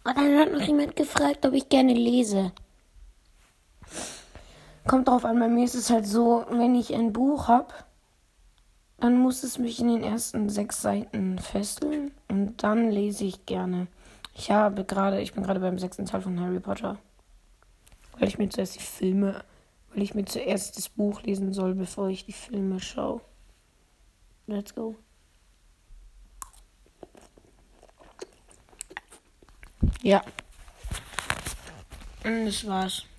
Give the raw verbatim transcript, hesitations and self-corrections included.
Und dann hat noch jemand gefragt, ob ich gerne lese. Kommt drauf an, bei mir ist es halt so, wenn ich ein Buch habe, dann muss es mich in den ersten sechs Seiten fesseln und dann lese ich gerne. Ich habe gerade, ich bin gerade beim sechsten Teil von Harry Potter. Weil ich mir zuerst die Filme, weil ich mir zuerst das Buch lesen soll, bevor ich die Filme schaue. Let's go. Ja. Und das war's.